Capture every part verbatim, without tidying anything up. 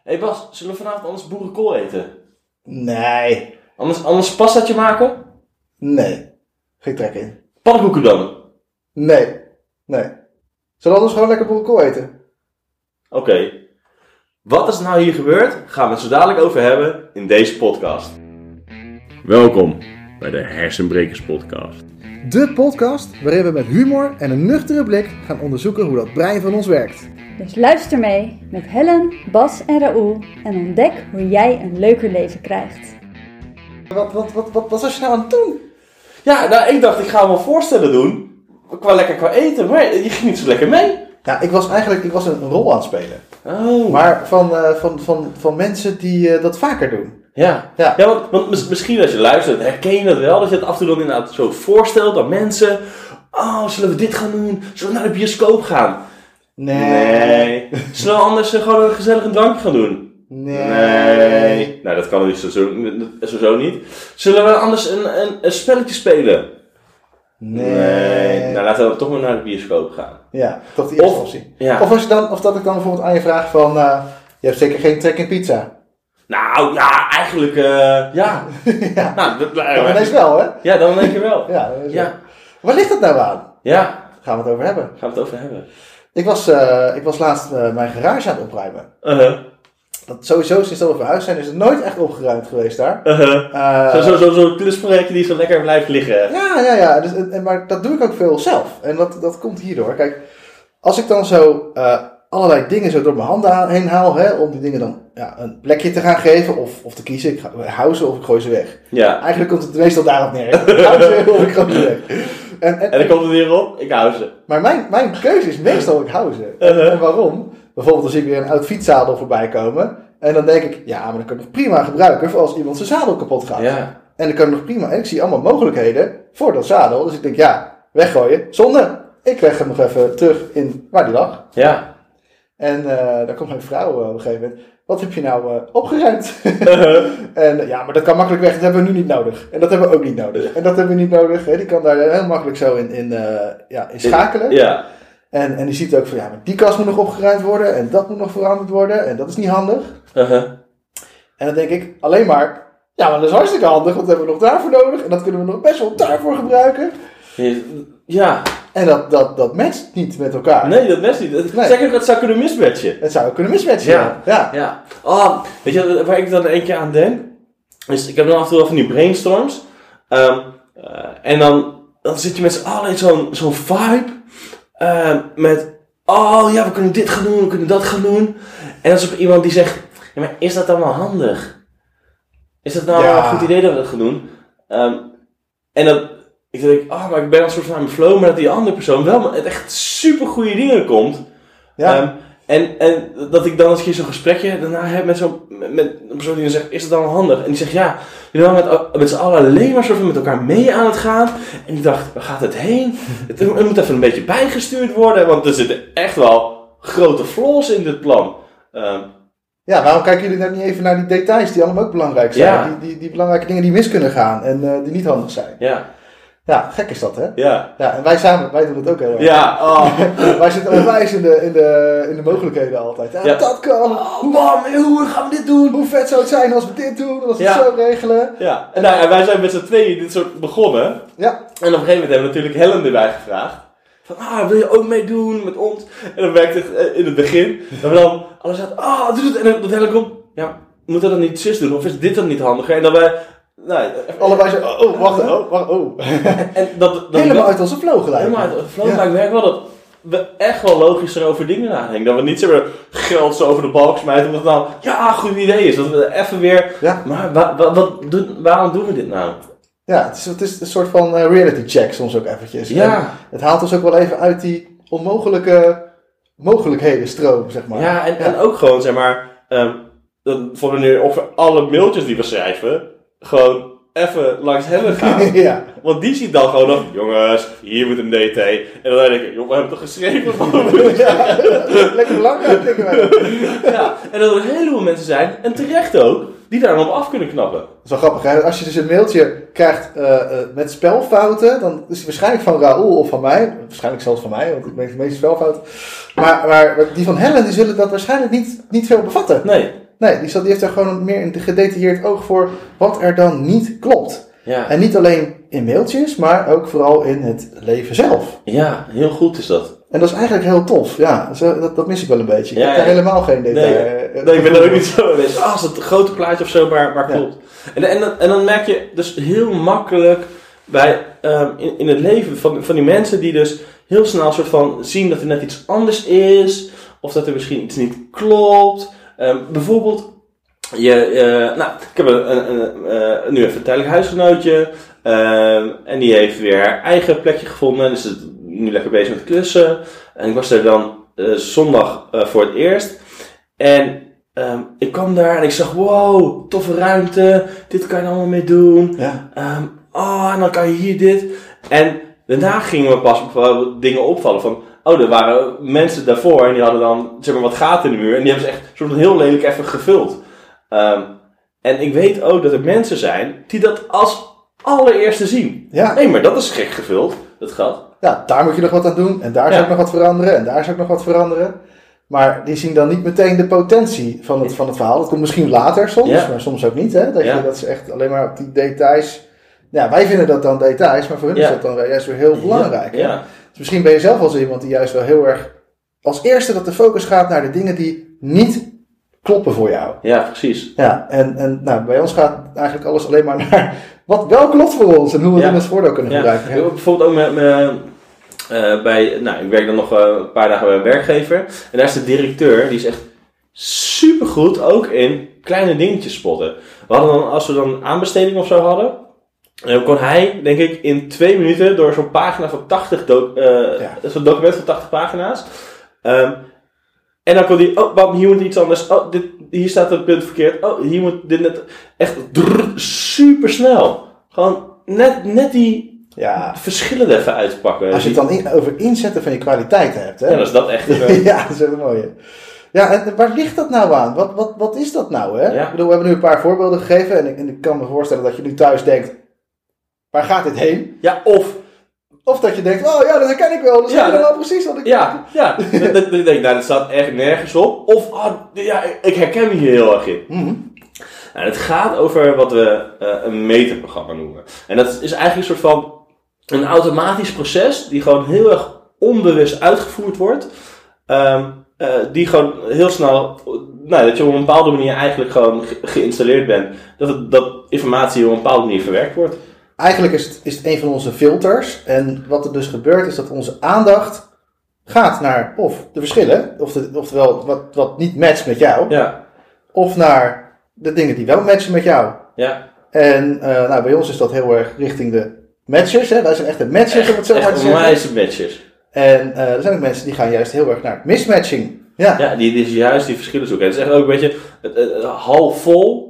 hey Bas, zullen we vanavond anders boerenkool eten? Nee. Anders, anders pastaatje maken? Nee. Geen trek in. Pannenkoeken dan? Nee. Nee. Zullen we anders gewoon lekker boerenkool eten? Oké. Okay. Wat is er nou hier gebeurd? Gaan we het zo dadelijk over hebben in deze podcast. Welkom bij de Hersenbrekers podcast. De podcast waarin we met humor en een nuchtere blik gaan onderzoeken hoe dat brein van ons werkt. Dus luister mee met Helen, Bas en Raoul en ontdek hoe jij een leuker leven krijgt. Wat, wat, wat, wat, wat was je nou aan het doen? Ja, nou ik dacht ik ga wel voorstellen doen. Qua lekker qua eten, maar je ging niet zo lekker mee. Ja, ik was eigenlijk ik was een rol aan het spelen. Oh. Maar van, uh, van, van, van mensen die uh, dat vaker doen. Ja, ja. ja want, want misschien als je luistert, herken je dat wel. Dat je het af en toe dan inderdaad zo voorstelt aan mensen. Oh, zullen we dit gaan doen? Zullen we naar de bioscoop gaan? Nee. nee. Zullen we anders uh, gewoon een gezellig een drankje gaan doen? Nee. Nee. Nou, dat kan dus sowieso, sowieso niet. Zullen we anders een, een, een spelletje spelen? Nee. nee. Nou, laten we dan toch maar naar de bioscoop gaan. Ja, toch de eerste of, optie. Ja. Of, als je dan, of dat ik dan bijvoorbeeld aan je vraag van, uh, je hebt zeker geen trek in pizza. Nou, ja, eigenlijk, uh, ja. ja. Nou, dat, uh, dan ineens wel, hè? Ja, dan denk je wel. ja, ja. Wel. Waar ligt het nou aan? Ja. Daar gaan we het over hebben. Gaan we het over hebben. Ik was, uh, ik was laatst uh, mijn garage aan het opruimen. Uh-huh. Dat sowieso, sinds dat we verhuisd zijn, is het nooit echt opgeruimd geweest daar. Uh-huh. Uh, Zo'n zo, zo, zo klusprojectje die zo lekker blijft liggen. Ja, ja, ja. Dus, en, maar dat doe ik ook veel zelf. En dat, dat komt hierdoor. Kijk, als ik dan zo uh, allerlei dingen zo door mijn handen heen haal, hè, om die dingen dan ja, een plekje te gaan geven of, of te kiezen. Ik ga, hou ze of ik gooi ze weg. Ja. Eigenlijk komt het meestal daarop neer. Ik hou ze of ik gooi ze weg. En, en, en dan komt het weer op, ik hou ze. Maar mijn, mijn keuze is meestal ik hou ze. Uh-huh. En waarom? Bijvoorbeeld als ik weer een oud fietszadel voorbij komen. En dan denk ik, ja, maar dan kan ik nog prima gebruiken voor als iemand zijn zadel kapot gaat. Ja. En dan kan ik nog prima, en ik zie allemaal mogelijkheden voor dat zadel. Dus ik denk, ja, weggooien, zonde. Ik leg hem nog even terug in waar die lag. Ja. En uh, dan komt mijn vrouw uh, op een gegeven moment, wat heb je nou uh, opgeruimd? Uh-huh. en uh, ja, maar dat kan makkelijk weg, dat hebben we nu niet nodig. En dat hebben we ook niet nodig. En dat hebben we niet nodig. Hè? Die kan daar heel makkelijk zo in, in, uh, ja, in schakelen. Ja. En, en die ziet ook van, ja, maar die kast moet nog opgeruimd worden. En dat moet nog veranderd worden. En dat is niet handig. Uh-huh. En dan denk ik alleen maar, ja, maar dat is hartstikke handig. Want dat hebben we nog daarvoor nodig. En dat kunnen we nog best wel daarvoor gebruiken. Ja. En dat, dat, dat matcht niet met elkaar. Nee, dat matcht niet. Het, nee. Zeker, het zou kunnen mismatchen. Het zou kunnen mismatchen. Ja. Ja. ja. Oh, weet je waar ik dan een keer aan denk? Is, ik heb dan af en toe wel van die brainstorms. Um, uh, en dan, dan zit je met z'n allen in zo'n, zo'n vibe. Uh, met, oh ja, we kunnen dit gaan doen, we kunnen dat gaan doen. En dan is er iemand die zegt, ja, maar is dat dan wel handig? Is dat nou ja. wel een goed idee dat we dat gaan doen? Um, en dan, ik denk, oh, maar ik ben al een soort van aan mijn flow, maar dat die andere persoon wel met echt super goede dingen komt. Ja. Um, en, en dat ik dan eens een keer zo'n gesprekje daarna heb met zo'n met, met een persoon die dan zegt, is dat dan handig? En die zegt, ja, je bent met, met z'n allen alleen maar soort van met elkaar mee aan het gaan. En ik dacht, waar gaat het heen? Het, het moet even een beetje bijgestuurd worden, want er zitten echt wel grote flaws in dit plan. Um, Ja, waarom kijken jullie nou niet even naar die details die allemaal ook belangrijk zijn? Ja. Die, die, die belangrijke dingen die mis kunnen gaan en uh, die niet handig zijn. ja. Ja, gek is dat, hè? Ja. Ja, en wij samen, wij doen het ook heel erg. Ja, oh. Wij zitten onwijs in de, in, de, in de mogelijkheden altijd. Ja, Ja. dat kan. Oh, man, hoe gaan we dit doen? Hoe vet zou het zijn als we dit doen, als we Ja. het zo regelen? Ja, en nou, wij zijn met z'n tweeën dit soort begonnen. Ja. En op een gegeven moment hebben we natuurlijk Helen erbij gevraagd. Van, ah, wil je ook meedoen met ons? En dan werkte het in het begin. Dat we dan alle zaten, ah, doe het. En dan dat Helen komt, ja, moet dat dan niet zus doen? Of is dit dan niet handiger? En dan wij, nou, Allebei zo, oh, oh, wacht, oh, wacht, oh. En, en dat, dat Helemaal uit onze flow gelijk. Helemaal uit onze flow. Ja. Maar ik merk wel dat we echt wel logischer over dingen nadenken. Dat we niet zo geld zo over de balk smijten. Omdat het nou, ja, goed idee is. Dat we even weer, Ja. maar wa, wa, wat doen, waarom doen we dit nou? Ja, het is, het is een soort van uh, reality check soms ook eventjes. Ja. En het haalt ons ook wel even uit die onmogelijke mogelijkheden stroom, zeg maar. Ja, en, en ook gewoon, zeg maar, um, voor wanneer over alle mailtjes die we schrijven, gewoon even langs Helen gaan. Ja. Want die ziet dan gewoon nog, jongens, hier moet een D T. En dan denk ik, joh, we hebben toch geschreven? Ja, lekker belangrijk, denken wij. Ja, en dat er een heleboel mensen zijn, en terecht ook, die daar dan op af kunnen knappen. Dat is wel grappig, hè? Als je dus een mailtje krijgt uh, uh, met spelfouten, dan is het waarschijnlijk van Raoul of van mij. Waarschijnlijk zelfs van mij, want ik maak de meeste spelfouten. Maar, maar die van Helen, die zullen dat waarschijnlijk niet, niet veel bevatten. Nee. Nee, die, die heeft er gewoon meer een gedetailleerd oog voor wat er dan niet klopt. Ja. En niet alleen in mailtjes, maar ook vooral in het leven zelf. Ja, heel goed is dat. En dat is eigenlijk heel tof. Ja, zo, dat, dat mis ik wel een beetje. Ik Ja, heb daar ja. helemaal geen detail. Nee, nee ik ben er ook niet zo mee. Ah, als het grote plaatje of zo maar, maar klopt. Ja. En, en, dan, en dan merk je dus heel makkelijk bij, um, in, in het leven van, van die mensen die dus heel snel soort van zien dat er net iets anders is. Of dat er misschien iets niet klopt. Um, bijvoorbeeld, je, uh, nou, ik heb een, een, een, uh, nu even een tijdelijk huisgenootje. Um, en die heeft weer haar eigen plekje gevonden. En is het nu lekker bezig met klussen. En ik was er dan uh, zondag uh, voor het eerst. En um, ik kwam daar en ik zag, wow, toffe ruimte. Dit kan je allemaal mee doen. Ja. Um, oh, en dan kan je hier dit. En daarna gingen we pas dingen opvallen van... Oh, er waren mensen daarvoor en die hadden dan zeg maar wat gaten in de muur. En die hebben ze echt soort van heel lelijk even gevuld. Um, en ik weet ook dat er mensen zijn die dat als allereerste zien. Ja. Nee, maar dat is gek gevuld, dat gat. Ja, daar moet je nog wat aan doen. En daar Ja. zou ik nog wat veranderen. En daar zou ik nog wat veranderen. Maar die zien dan niet meteen de potentie van het, van het verhaal. Dat komt misschien later soms, Ja. maar soms ook niet. Hè? Dat, Ja. je, dat ze echt alleen maar op die details... Ja, wij vinden dat dan details, maar voor hun Ja. is dat dan wel juist weer heel belangrijk. Ja. hè? Ja. Dus misschien ben je zelf wel zo iemand die juist wel heel erg... Als eerste dat de focus gaat naar de dingen die niet kloppen voor jou. Ja, precies. Ja, en, en nou, bij ons gaat eigenlijk alles alleen maar naar wat wel klopt voor ons en hoe we het Ja. in ons voordeel kunnen Ja. gebruiken. Ik heb bijvoorbeeld ook met, met, uh, bij, nou, ik werk dan nog uh, een paar dagen bij een werkgever. En daar is de directeur, die is echt supergoed ook in kleine dingetjes spotten. We hadden dan, als we dan een aanbesteding of zo hadden, dan kon hij, denk ik, in twee minuten door zo'n pagina van tachtig, doc, uh, Ja. zo'n document van tachtig pagina's. Um, en dan kon hij, oh, Bam, hier moet iets anders. Oh, dit, hier staat een punt verkeerd. Oh, hier moet dit net. Echt drrr, super snel. Gewoon net, net die Ja, verschillen er even uitpakken. als je het dan in, over inzetten van je kwaliteiten hebt. Hè? Ja, dan is dat echt... Uh, Ja, dat is heel mooi. hè. Ja, en waar ligt dat nou aan? Wat, wat, wat is dat nou? Hè? Ja. Ik bedoel, we hebben nu een paar voorbeelden gegeven. En ik, en ik kan me voorstellen dat je nu thuis denkt, waar gaat dit heen? ja, of... Of dat je denkt, oh ja, dat herken ik wel. Dat is Ja, helemaal dat- precies wat ik... Ja, ja. dat, dat, dat denk ik, nou, dat staat echt nergens op. Of, oh, ja, ik- ik herken me hier heel erg in. Mhm. Nou, het gaat over wat we uh, een meterprogramma noemen. En dat is eigenlijk een soort van een automatisch proces die gewoon heel erg onbewust uitgevoerd wordt. Um, uh, die gewoon heel snel, nou, dat je op een bepaalde manier eigenlijk gewoon ge- geïnstalleerd bent. Dat, het, dat informatie op een bepaalde manier verwerkt wordt. Eigenlijk is het, is het een van onze filters. En wat er dus gebeurt is dat onze aandacht gaat naar of de verschillen, of de, oftewel wat, wat niet matcht met jou, Ja, of naar de dingen die wel matchen met jou. ja. En uh, nou, bij ons is dat heel erg richting de matchers. Hè? Wij zijn echt de matchers, om het zo maar te Echt zeggen. onwijs matches. En uh, er zijn ook mensen die gaan juist heel erg naar mismatching. Ja, Ja, die, die is juist die verschillen zoeken. Het is echt ook een beetje het, het, het half vol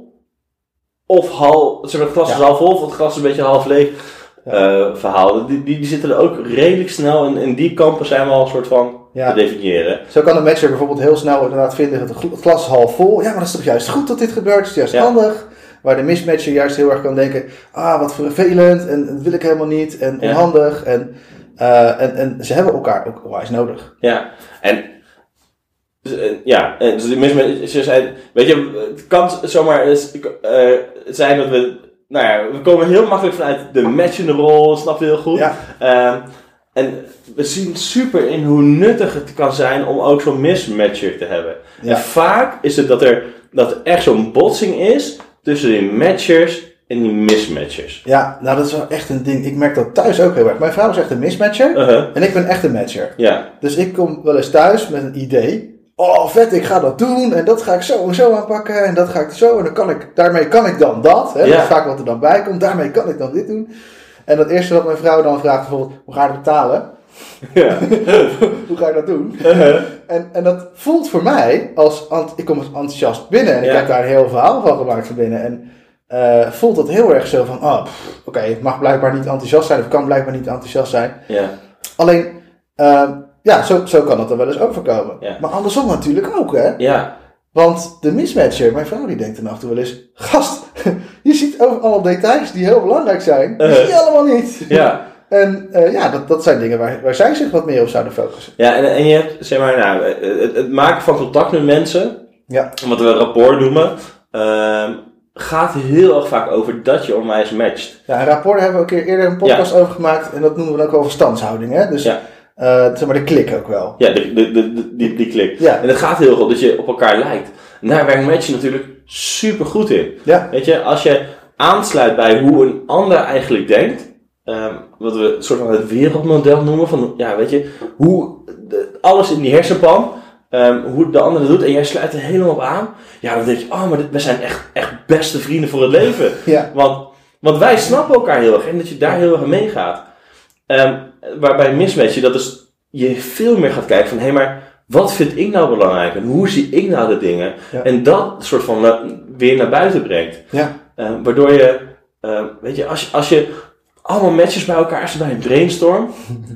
of half, zeg maar, het glas Ja. is half vol of het glas is een beetje half leeg uh, verhaal. Die, die, die zitten er ook redelijk snel in, in die kampen zijn we al een soort van Ja. te definiëren. Zo kan een matcher bijvoorbeeld heel snel inderdaad vinden dat het gl- het glas is half vol. Ja, maar dat is toch juist goed dat dit gebeurt. Dat is juist Ja. handig. Waar de mismatcher juist heel erg kan denken, ah, wat vervelend en dat wil ik helemaal niet en Ja. onhandig. En, uh, en, en ze hebben elkaar ook onwijs nodig. Ja, en dus, uh, ja, en dus de mismatches zijn, weet je, het kan zomaar eens, uh, zijn dat we, nou ja, we komen heel makkelijk vanuit de matchende rol, snap je heel goed. Ja. Um, en we zien super in hoe nuttig het kan zijn om ook zo'n mismatcher te hebben. Ja. En vaak is het dat er, dat er echt zo'n botsing is tussen die matchers en die mismatchers. Ja, nou dat is wel echt een ding. Ik merk dat thuis ook heel erg. Mijn vrouw is echt een mismatcher Uh-huh. en ik ben echt een matcher. Ja, Dus ik kom wel eens thuis met een idee. Oh vet, ik ga dat doen en dat ga ik zo en zo aanpakken en dat ga ik zo en dan kan ik, daarmee kan ik dan dat. Hè? Ja. Dat is vaak wat er dan bij komt, daarmee kan ik dan dit doen. En het eerste wat mijn vrouw dan vraagt bijvoorbeeld, hoe ga je dat betalen? ja. Hoe ga je dat doen? Uh-huh. En, en dat voelt voor mij als, ant- ik kom als enthousiast binnen en ik Ja. heb daar een heel verhaal van gemaakt van binnen. En uh, voelt dat heel erg zo van, oh, pff, oké, ik mag blijkbaar niet enthousiast zijn of kan blijkbaar niet enthousiast zijn. Ja. Alleen, uh, ja, zo, zo kan het er wel eens overkomen. Ja. Maar andersom natuurlijk ook, hè. Ja. Want de mismatcher, mijn vrouw die denkt er af en toe wel eens, gast, je ziet over allemaal details die heel belangrijk zijn, die Uh. zie je allemaal niet. Ja. En uh, ja, dat, dat zijn dingen waar, waar zij zich wat meer op zouden focussen. Ja, en, en je hebt, zeg maar, nou, het, het maken van contact met mensen Ja. Wat we een rapport noemen, uh, gaat heel erg vaak over dat je onwijs matcht. Ja, een rapport hebben we een keer eerder een podcast ja. over gemaakt. En dat noemen we dan ook wel verstandshouding. Hè? Dus ja. uh, zeg maar de klik ook wel. Ja, de, de, de, die, die klik. Ja. En het gaat heel erg om dat je op elkaar lijkt. En daar werkt matchen natuurlijk super goed in. Ja. Weet je, als je aansluit bij hoe een ander eigenlijk denkt. Um, wat we een soort van het wereldmodel noemen. Van, ja, weet je, hoe de, alles in die hersenpan. Um, hoe de ander dat doet. En jij sluit er helemaal op aan. Ja, dan denk je, oh, maar dit, we zijn echt, echt beste vrienden voor het leven. Ja. Want, want wij snappen elkaar heel erg. En dat je daar heel erg aan meegaat. Um, waarbij mismatch je dat dus je veel meer gaat kijken van, hé, hey, maar wat vind ik nou belangrijk? En hoe zie ik nou de dingen? Ja. En dat soort van uh, weer naar buiten brengt. Ja. Uh, waardoor je, uh, weet je, als je, als je allemaal matches bij elkaar zit bij een brainstorm,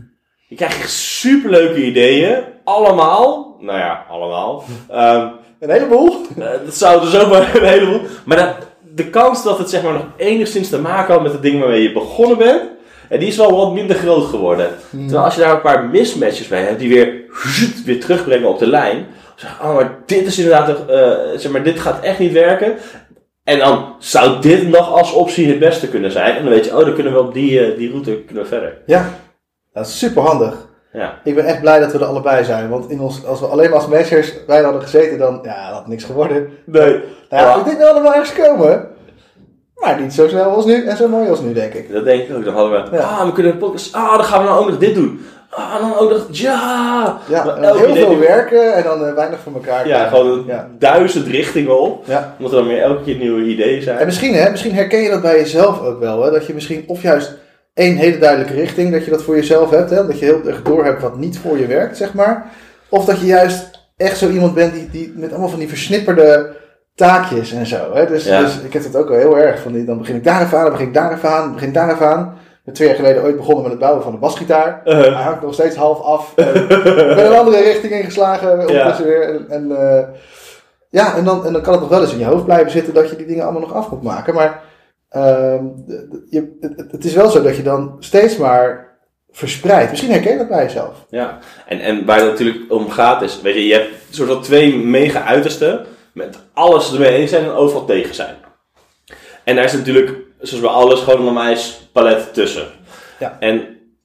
je krijgt superleuke ideeën. Allemaal. Nou ja, allemaal. Um, een heleboel. Uh, dat zou dus ook maar een heleboel. Maar dat, de kans dat het zeg maar nog enigszins te maken had met de dingen waarmee je begonnen bent, en die is wel wat minder groot geworden. Hmm. Terwijl als je daar een paar mismatches bij hebt, die weer, weer terugbrengen op de lijn. Zeg, oh, maar dit is inderdaad, uh, zeg maar, dit gaat echt niet werken. En dan zou dit nog als optie het beste kunnen zijn. En dan weet je, oh, dan kunnen we op die, uh, die route kunnen we verder. Ja, dat is super handig. Ja. Ik ben echt blij dat we er allebei zijn. Want in ons, als we alleen maar als matchers bij hadden gezeten, dan ja, dat had niks geworden. Nee. Nou ja, ja. ik denk wel dat we ergens komen. Maar niet zo snel als nu en zo mooi als nu, denk ik. Dat denk ik ook. Dan hadden we, ja. ah, we kunnen een podcast, ah, dan gaan we nou ook nog dit doen. Ah, dan ook nog, ja. Ja, en heel veel werken en dan uh, weinig voor elkaar. Ja, gewoon ja. duizend richtingen op. Ja. Omdat er dan weer elke keer nieuwe ideeën zijn. En misschien, hè, misschien herken je dat bij jezelf ook wel. Hè, dat je misschien, of juist één hele duidelijke richting, dat je dat voor jezelf hebt. Hè, dat je heel erg door hebt wat niet voor je werkt, zeg maar. Of dat je juist echt zo iemand bent die, die met allemaal van die versnipperde taakjes en zo. Hè? Dus, ja. dus ik heb het ook wel heel erg. Van die, dan begin ik daar even aan, dan begin ik daar even aan, dan begin ik daar even aan. Ik ben twee jaar geleden ooit begonnen met het bouwen van een basgitaar. Uh-huh. Hij hangt nog steeds half af. Ik ben een andere richting ingeslagen. Ondertussen ja. weer. En, en, uh, ja, en dan, en dan kan het nog wel eens in je hoofd blijven zitten dat je die dingen allemaal nog af moet maken. Maar uh, je, het, het is wel zo dat je dan steeds maar verspreidt. Misschien herken je dat bij jezelf. Ja, en, en waar het natuurlijk om gaat is, weet je, je hebt een soort van twee mega uitersten. Met alles ermee eens zijn en overal tegen zijn. En daar is natuurlijk, zoals bij alles, gewoon een onwijs palet tussen. Ja. En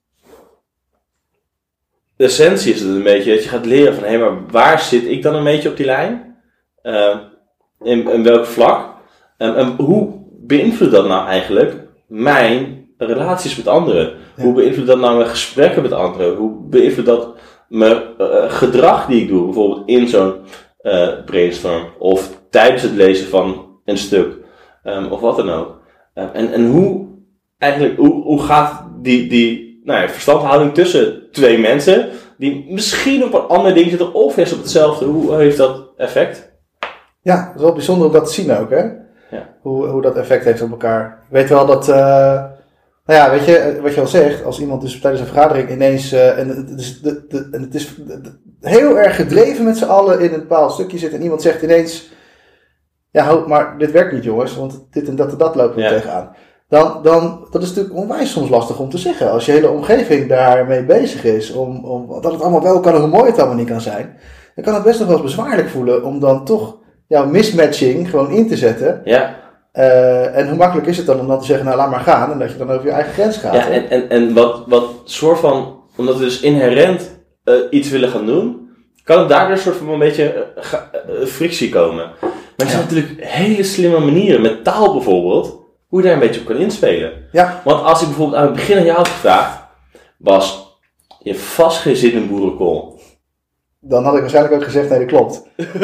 de essentie is het een beetje dat je gaat leren van, hé, hey, maar waar zit ik dan een beetje op die lijn? Uh, in, in welk vlak? Um, en hoe beïnvloedt dat nou eigenlijk mijn relaties met anderen? Ja. Hoe beïnvloedt dat nou mijn gesprekken met anderen? Hoe beïnvloedt dat mijn uh, gedrag die ik doe? Bijvoorbeeld in zo'n Uh, brainstorm of tijdens het lezen van een stuk um, of wat dan ook. Uh, en, en hoe eigenlijk hoe, hoe gaat die, die nou ja, verstandhouding tussen twee mensen die misschien op een ander ding zitten of juist op hetzelfde, hoe heeft dat effect? Ja, het is wel bijzonder om dat te zien ook, hè? Ja. Hoe, hoe dat effect heeft op elkaar. Ik weet wel dat, uh, nou ja, weet je, wat je al zegt, als iemand dus tijdens een vergadering ineens, uh, en, het is, de, de, en het is de, de, heel erg gedreven met z'n allen in een bepaald stukje zit en iemand zegt ineens, ja, maar dit werkt niet jongens, want dit en dat en dat lopen we ja. tegenaan. Dan, dan, dat is natuurlijk onwijs soms lastig om te zeggen, als je hele omgeving daarmee bezig is, om, om, dat het allemaal wel kan en hoe mooi het allemaal niet kan zijn, dan kan het best nog wel eens bezwaarlijk voelen om dan toch jouw mismatching gewoon in te zetten. Ja. Uh, en hoe makkelijk is het dan om dan te zeggen, nou laat maar gaan, en dat je dan over je eigen grens gaat. Ja, en, en, en wat, wat soort van, omdat we dus inherent uh, iets willen gaan doen, kan het daardoor een soort van een beetje uh, uh, frictie komen. Maar er zijn ja. natuurlijk hele slimme manieren, met taal bijvoorbeeld, hoe je daar een beetje op kan inspelen. Ja. Want als ik bijvoorbeeld aan het begin aan jou had gevraagd, Bas, je hebt vast geen zin in boerenkool. Dan had ik waarschijnlijk ook gezegd, nee dat klopt.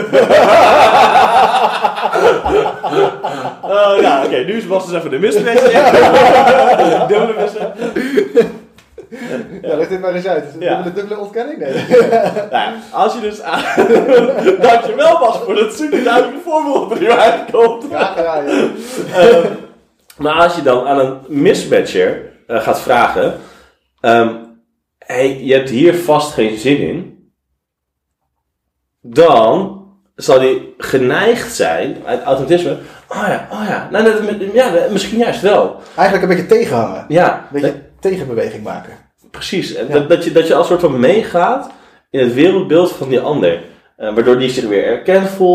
Oh, nou, oké, okay, nu is Bas dus even de mismatch. Dubbele mismatch. Ja, ja, leg dit maar eens uit. Is het ja. dubbele, dubbele ontkenning? Nee. Nou ja, als je dus aan... Dankjewel Bas voor dat super duidelijke voorbeeld wat er nu uitkomt. Ja, ja, ja. um, maar als je dan aan een mismatcher uh, gaat vragen, um, hey, je hebt hier vast geen zin in, dan zal hij geneigd zijn, uit automatisme, oh ja, oh ja, nou, dat, ja, misschien juist wel. Eigenlijk een beetje tegenhangen. Ja. Een beetje dat, tegenbeweging maken. Precies, en ja. dat, dat, je, dat je als soort van meegaat in het wereldbeeld van die ander. Uh, waardoor die zich weer erkend voelt,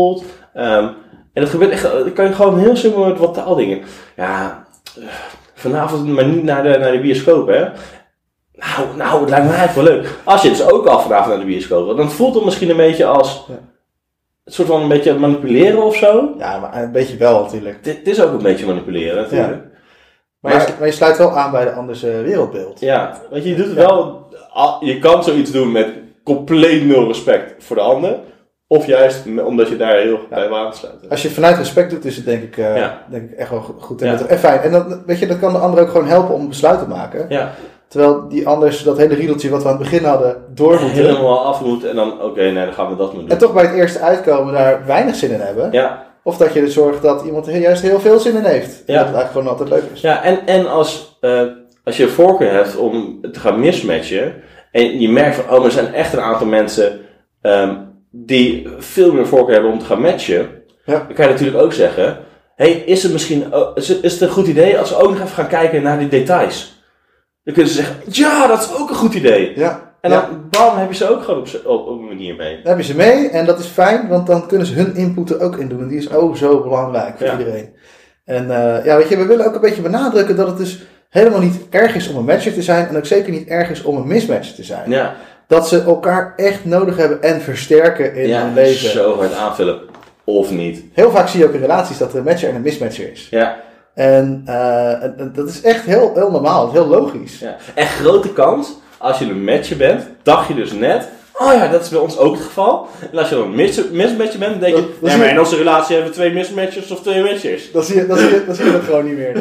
Um, en dat gebeurt echt, dan kan je gewoon heel simpel met wat taaldingen. Ja, vanavond maar niet naar de, naar de bioscoop, hè. Nou, nou, het lijkt me eigenlijk wel leuk. Als je dus ook al vanavond naar de bioscoop wil, dan voelt het misschien een beetje als... Ja. Een soort van een beetje manipuleren of zo. Ja, maar een beetje wel natuurlijk. Dit is ook een beetje manipuleren natuurlijk. Ja. Maar, maar, je, maar je sluit wel aan bij de anders uh, wereldbeeld. Ja, want je doet het ja. wel... Je kan zoiets doen met compleet nul respect voor de ander. Of juist omdat je daar heel ja. bij wil aansluiten. Als je vanuit respect doet, is het denk ik, uh, ja. denk ik echt wel goed en, ja. en fijn. En dat, weet je, dat kan de ander ook gewoon helpen om een besluit te maken. Ja. Terwijl die anders dat hele riedeltje wat we aan het begin hadden door moeten. Helemaal af moet en dan, oké, okay, nee, dan gaan we dat maar doen. En toch bij het eerste uitkomen daar weinig zin in hebben. Ja. Of dat je er zorgt dat iemand er juist heel veel zin in heeft. En ja. dat het eigenlijk gewoon altijd leuk is. Ja, en, en als, uh, als je voorkeur hebt om te gaan mismatchen. En je merkt van, oh, er zijn echt een aantal mensen um, die veel meer voorkeur hebben om te gaan matchen. Ja. Dan kan je natuurlijk ook zeggen, hey, is het misschien, is het, is het een goed idee als we ook nog even gaan kijken naar die details? Dan kunnen ze zeggen, ja, dat is ook een goed idee. Ja. En dan, ja. bam, heb je ze ook gewoon op, op, op een manier mee. Dan heb je ze mee en dat is fijn, want dan kunnen ze hun input er ook in doen. En die is ook zo belangrijk voor ja. iedereen. En uh, ja, weet je, we willen ook een beetje benadrukken dat het dus helemaal niet erg is om een matcher te zijn. En ook zeker niet erg is om een mismatcher te zijn. Ja. Dat ze elkaar echt nodig hebben en versterken in ja, hun leven. Ja, zo hard aanvullen. Of niet. Heel vaak zie je ook in relaties dat er een matcher en een mismatcher is. Ja. En uh, dat is echt heel, heel normaal, heel logisch. Ja. En grote kans, als je een matcher bent, dacht je dus net, oh ja, dat is bij ons ook het geval. En als je dan een mis- mismatcher bent, dan denk je, nee, maar in onze relatie hebben we twee mismatchers of twee matchers. Dan zie je, dan zie je, dan zie je dat gewoon niet meer.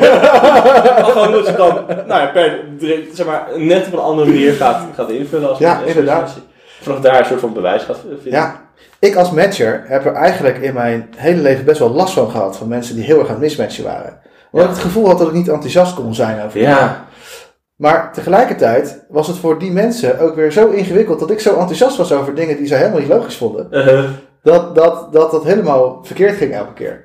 Maar gewoon dat je dan, nou ja, per, zeg maar, net op een andere manier gaat, gaat invullen. Als ja, inderdaad. Vanaf daar een soort van bewijs gaat vinden. Ja. Ik als matcher heb er eigenlijk in mijn hele leven best wel last van gehad. Van mensen die heel erg aan het mismatchen waren. Omdat ja. ik het gevoel had dat ik niet enthousiast kon zijn over ja. dingen. Maar tegelijkertijd was het voor die mensen ook weer zo ingewikkeld. Dat ik zo enthousiast was over dingen die zij helemaal niet logisch vonden. Uh-huh. Dat, dat, dat dat helemaal verkeerd ging elke keer.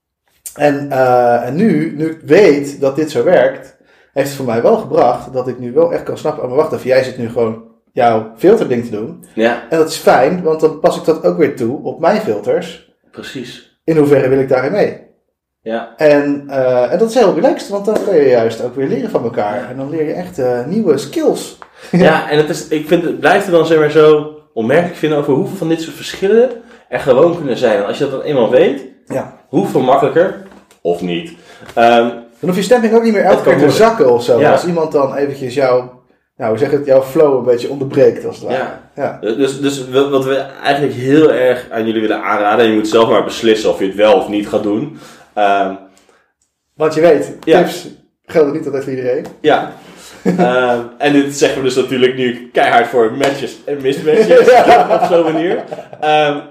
En, uh, en nu, nu ik weet dat dit zo werkt. Heeft het voor mij wel gebracht dat ik nu wel echt kan snappen. Oh, maar wacht even, jij zit nu gewoon jouw filterding te doen. Ja. En dat is fijn, want dan pas ik dat ook weer toe op mijn filters. Precies. In hoeverre wil ik daarin mee? Ja. En, uh, en dat is heel relaxed, want dan kun je juist ook weer leren van elkaar. Ja. En dan leer je echt uh, nieuwe skills. Ja, en het, is, ik vind, het blijft er dan zeg maar zo onmerkelijk vinden over hoeveel van dit soort verschillen er gewoon kunnen zijn. En als je dat dan eenmaal weet, ja. hoeveel makkelijker, of niet. Um, dan hoef je stemming ook niet meer elke keer te zakken of zo. Ja. Als iemand dan eventjes jouw... Nou, hoe zeg het, jouw flow een beetje onderbreekt als het ware. Ja. Ja. Dus, dus wat we eigenlijk heel erg aan jullie willen aanraden, en je moet zelf maar beslissen of je het wel of niet gaat doen. Um, Want je weet, ja. tips gelden niet altijd voor iedereen. Ja. um, en dit zeggen we dus natuurlijk nu keihard voor matches en mismatches. Ja. Op zo'n manier. Um,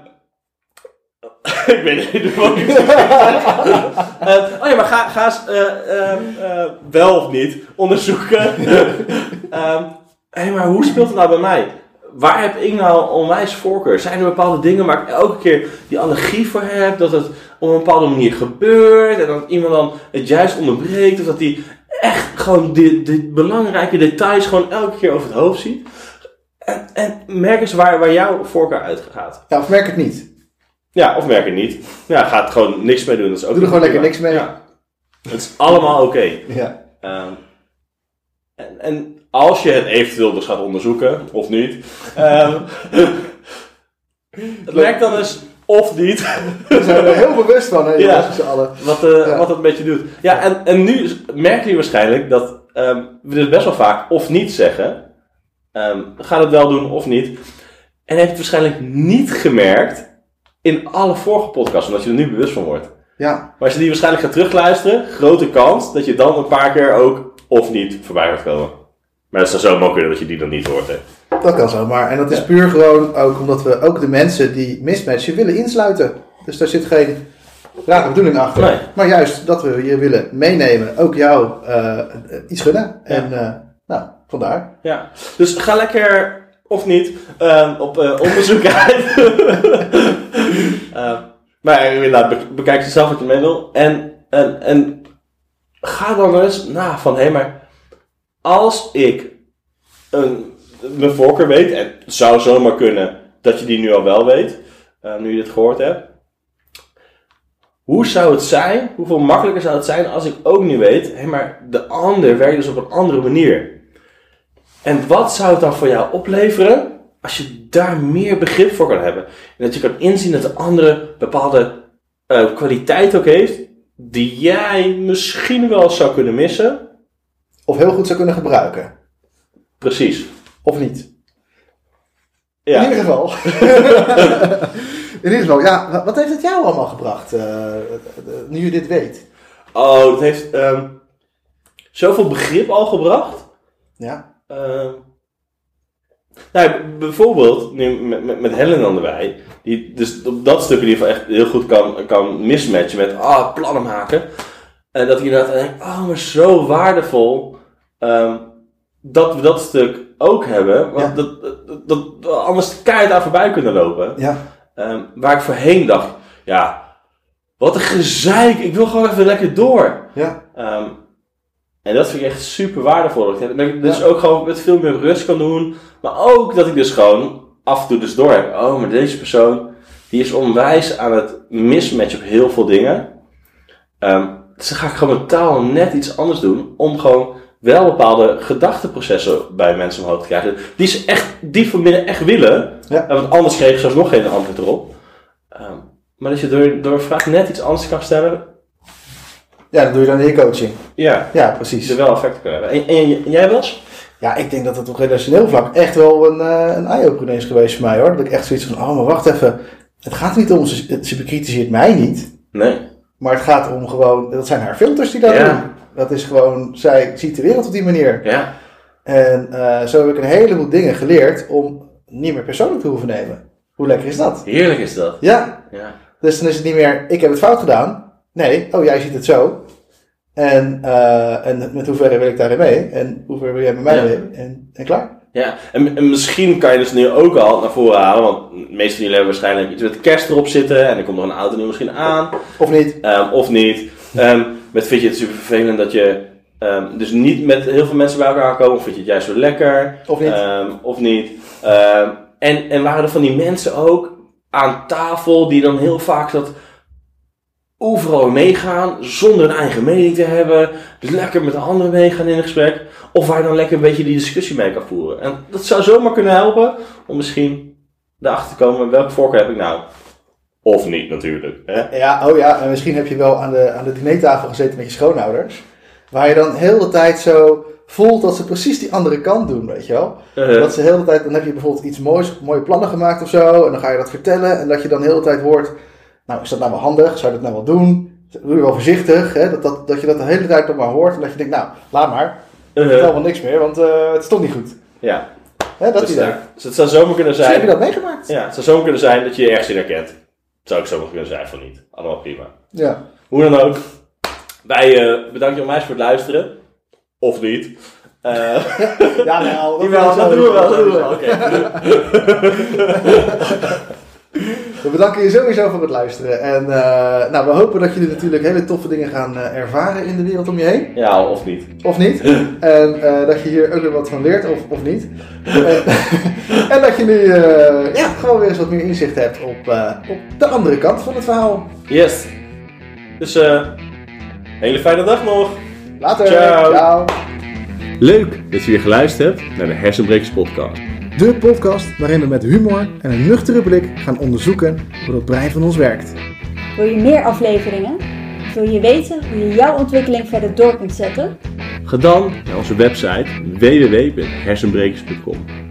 ik weet niet wat ik uh, Oh ja, maar ga, ga eens uh, uh, uh, wel of niet onderzoeken. um, hey, maar hoe speelt het nou bij mij? Waar heb ik nou onwijs voorkeur? Zijn er bepaalde dingen waar ik elke keer die allergie voor heb? Dat het op een bepaalde manier gebeurt en dat iemand dan het juist onderbreekt? Of dat die echt gewoon de, de belangrijke details gewoon elke keer over het hoofd ziet? En, en merk eens waar, waar jouw voorkeur uitgaat. Ja, of merk het niet. Ja, of merk het niet. Ja, ga er gewoon niks mee doen. Dat is ook Doe er gewoon lekker niks mee. Ja. Het is allemaal oké. Okay. Ja. Um, en, en als je het eventueel dus gaat onderzoeken, of niet. Um, het merkt dan eens of niet. We zijn er heel bewust van, hè, ja, z'n allen. Wat, uh, ja. wat het een beetje doet. Ja, en, en nu merken jullie waarschijnlijk dat um, we dus best wel vaak of niet zeggen. Um, ga het wel doen of niet. En heb je het waarschijnlijk niet gemerkt in alle vorige podcasts, omdat je er nu bewust van wordt. Ja. Maar als je die waarschijnlijk gaat terugluisteren, grote kans dat je dan een paar keer ook of niet voorbij gaat komen. Maar het zou zomaar kunnen dat je die dan niet hoort. Hè. Dat kan zomaar. En dat is ja. puur gewoon ook omdat we ook de mensen die mismatchen willen insluiten. Dus daar zit geen rare bedoeling achter. Nee. Maar juist dat we je willen meenemen, ook jou uh, iets gunnen. Ja. En uh, nou, vandaar. Ja. Dus ga lekker... Of niet, uh, op uh, onderzoek uit. uh, maar inderdaad, be- bekijk jezelf wat je mee wil. En, en, en ga dan eens na van, hé, hey, maar als ik een, mijn voorkeur weet, en het zou zomaar kunnen dat je die nu al wel weet, uh, nu je dit gehoord hebt. hoe zou het zijn, hoeveel makkelijker zou het zijn als ik ook nu weet, hé, maar de ander werkt dus op een andere manier. En wat zou het dan voor jou opleveren als je daar meer begrip voor kan hebben? En dat je kan inzien dat de andere bepaalde uh, kwaliteit ook heeft, die jij misschien wel zou kunnen missen. Of heel goed zou kunnen gebruiken. Precies. Of niet. Ja. In ieder geval. In ieder geval, ja, wat heeft het jou allemaal gebracht, uh, nu je dit weet? Oh, het heeft um, zoveel begrip al gebracht. Ja. Uh, nou, bijvoorbeeld, nu met, met, met Helen dan erbij, die dus op dat stuk in ieder geval echt heel goed kan, kan mismatchen met ah, plannen maken. En dat ik inderdaad denk, oh, maar zo waardevol um, dat we dat stuk ook hebben. Want ja. dat, dat, dat, dat anders keihard aan voorbij kunnen lopen. Ja. Um, waar ik voorheen dacht, ja, wat een gezeik, ik wil gewoon even lekker door. Ja. Um, en dat vind ik echt super waardevol. Dat ik dus ja. ook gewoon met veel meer rust kan doen. Maar ook dat ik dus gewoon af en toe dus door heb. Oh, maar deze persoon, die is onwijs aan het mismatchen op heel veel dingen. Um, dus dan ga ik gewoon mentaal net iets anders doen. Om gewoon wel bepaalde gedachteprocessen bij mensen omhoog te krijgen. Die ze echt, die van binnen echt willen. Ja. Want anders kreeg ze nog geen antwoord erop. Um, maar dat je door, door een vraag net iets anders kan stellen. Ja, dat doe je dan in je coaching. Ja, ja precies. Er wel effect kunnen hebben. En, en, en jij Bas? Ja, ik denk dat het op relationeel vlak echt wel een, uh, een eye-opener is geweest voor mij hoor. Dat ik echt zoiets van, oh maar wacht even. Het gaat niet om, ze, ze bekritiseert mij niet. Nee. Maar het gaat om gewoon, dat zijn haar filters die dat ja. doen. Dat is gewoon, zij ziet de wereld op die manier. Ja. En uh, zo heb ik een heleboel dingen geleerd om niet meer persoonlijk te hoeven nemen. Hoe lekker is dat? Heerlijk is dat. Ja. ja. Dus dan is het niet meer, ik heb het fout gedaan. Nee, oh jij ziet het zo. En, uh, en met hoeverre wil ik daarin mee? En hoeverre wil jij met mij ja. mee? En, en klaar. Ja, en, en misschien kan je dus nu ook al naar voren halen, want de meeste van jullie hebben waarschijnlijk iets met kerst erop zitten en er komt nog een auto nu misschien aan. Of niet. Um, of niet. Um, met vind je het super vervelend dat je um, dus niet met heel veel mensen bij elkaar komen, of vind je het juist zo lekker? Of niet. Um, of niet. Um, en, en waren er van die mensen ook aan tafel die dan heel vaak dat overal meegaan, zonder een eigen mening te hebben, dus lekker met de anderen meegaan in een gesprek, of waar je dan lekker een beetje die discussie mee kan voeren. En dat zou zomaar kunnen helpen om misschien erachter te komen, welke voorkeur heb ik nou? Of niet natuurlijk. Hè? Ja, oh ja, en misschien heb je wel aan de, aan de dinertafel gezeten met je schoonouders, waar je dan heel de tijd zo voelt dat ze precies die andere kant doen, weet je wel. Uh-huh. Dat ze heel de tijd, dan heb je bijvoorbeeld iets moois, mooie plannen gemaakt of zo, en dan ga je dat vertellen, en dat je dan heel de tijd hoort, nou, is dat nou wel handig? Zou je dat nou wel doen? Doe je wel voorzichtig? Hè? Dat, dat, dat je dat de hele tijd nog maar hoort. En dat je denkt, nou, laat maar. Uh-huh. Het is allemaal niks meer, want uh, het is toch niet goed. Ja. Hè, dat dus, idee. uh, dus het zou zomaar kunnen zijn... Misschien heb je dat meegemaakt. Ja, het zou zomaar kunnen zijn dat je je ergens in herkent. Het zou ook zomaar kunnen zijn van niet. Allemaal prima. Ja. Hoe dan ook. Wij uh, bedanken je onwijs voor het luisteren. Of niet. Uh, ja, nou, dat, wel, dat doen we wel. Dat doen we wel. Oké. We bedanken je sowieso voor het luisteren. En uh, nou, we hopen dat jullie natuurlijk hele toffe dingen gaan uh, ervaren in de wereld om je heen. Ja, of niet. Of niet. En uh, dat je hier ook weer wat van leert, of, of niet. en, en dat je nu uh, ja, gewoon weer eens wat meer inzicht hebt op, uh, op de andere kant van het verhaal. Yes. Dus uh, hele fijne dag nog. Later. Ciao. Ciao. Leuk dat je weer geluisterd hebt naar de Hersenbrekers podcast. De podcast waarin we met humor en een nuchtere blik gaan onderzoeken hoe het brein van ons werkt. Wil je meer afleveringen? Wil je weten hoe je jouw ontwikkeling verder door kunt zetten? Ga dan naar onze website w w w punt hersenbrekers punt com.